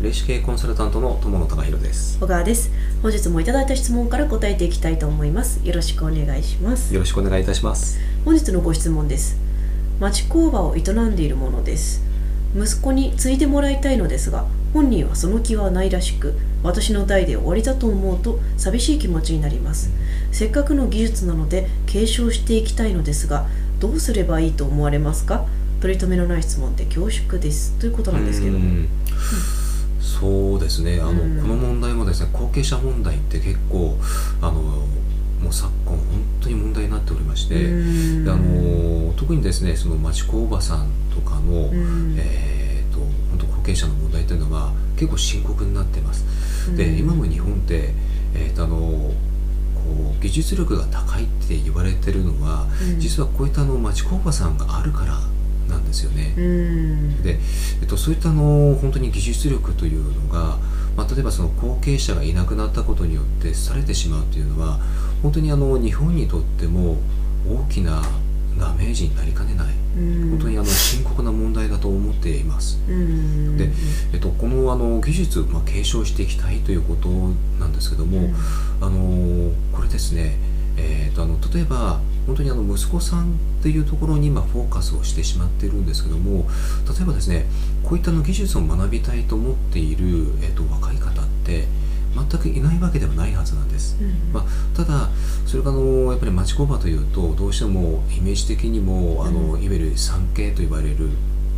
霊視系コンサルタントの友野隆弘です。 小川です。本日もいただいた質問から答えていきたいと思います。よろしくお願いします。 よろしくお願いいたします。 本日のご質問です。町工場を営んでいるものです。息子に継いでもらいたいのですが、本人はその気はないらしく、私の代で終わりだと思うと寂しい気持ちになります。せっかくの技術なので継承していきたいのですが、どうすればいいと思われますか？取り留めのない質問で恐縮ですということなんですけども、 そうですね、この問題もですね、後継者問題って結構もう昨今本当に問題になっておりまして、特にですね、その町工場さんとかの、本当後継者の問題というのは結構深刻になっています。で、今の日本って技術力が高いって言われてるのは、実はこういった町工場さんがあるからなんですよね。で、そういった本当に技術力というのが、例えばその後継者がいなくなったことによってされてしまうというのは、本当に日本にとっても大きなダメージになりかねない、本当に深刻な問題だと思っています。で、この技術、継承していきたいということなんですけども、これですね、例えば本当に息子さんっていうところに今フォーカスをしてしまっているんですけども、例えばですね、こういった技術を学びたいと思っている、若い方って全くいないわけではないはずなんです。ただそれがやっぱり町工場というと、どうしてもイメージ的にもいわゆる 3K と言われる、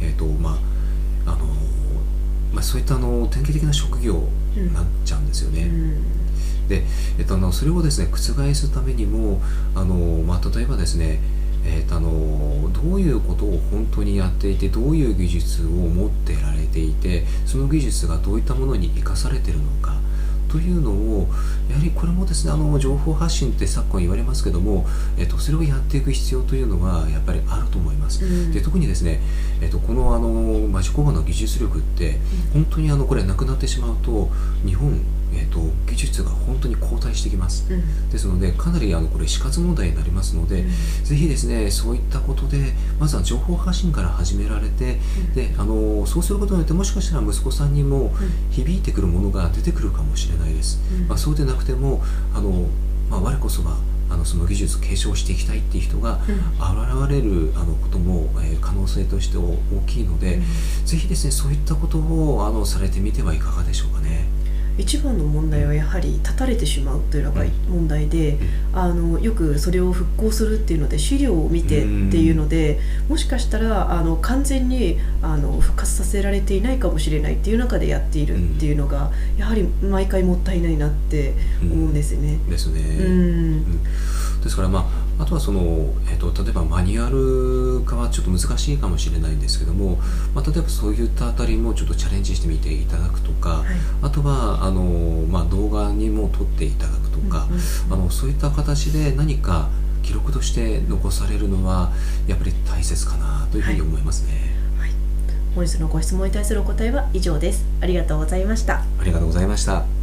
そういった典型的な職業になっちゃうんですよね。で、それをですね、覆すためにも例えばですね、どういうことを本当にやっていて、どういう技術を持ってられていて、その技術がどういったものに生かされているのかというのを、やはりこれもですね、情報発信って昨今言われますけども、それをやっていく必要というのはやっぱりあると思います。で、特にですね、この町工場の技術力って本当にこれなくなってしまうと、日本技術が本当に後退してきます。ですので、かなりこれ死活問題になりますので、ぜひですね、そういったことでまずは情報発信から始められて、でそうすることによって、もしかしたら息子さんにも響いてくるものが出てくるかもしれないです。そうでなくても我こそはその技術を継承していきたいっていう人が現れることも可能性として大きいので、ぜひですね、そういったことをされてみてはいかがでしょうかね。 一番の問題はやはり断たれてしまうというのが問題で、よくそれを復興するっていうので資料を見てっていうので、もしかしたら完全に復活させられていないかもしれないっていう中でやっているっていうのが、やはり毎回もったいないなって思うんですよね。 ですね。ですからあとは例えばマニュアル化はちょっと難しいかもしれないんですけども、例えばそういったあたりもちょっとチャレンジしてみていただくとか、あとは動画にも撮っていただくとか、そういった形で何か記録として残されるのはやっぱり大切かなというふうに思いますね。 本日のご質問に対するお答えは以上です。ありがとうございました。 ありがとうございました。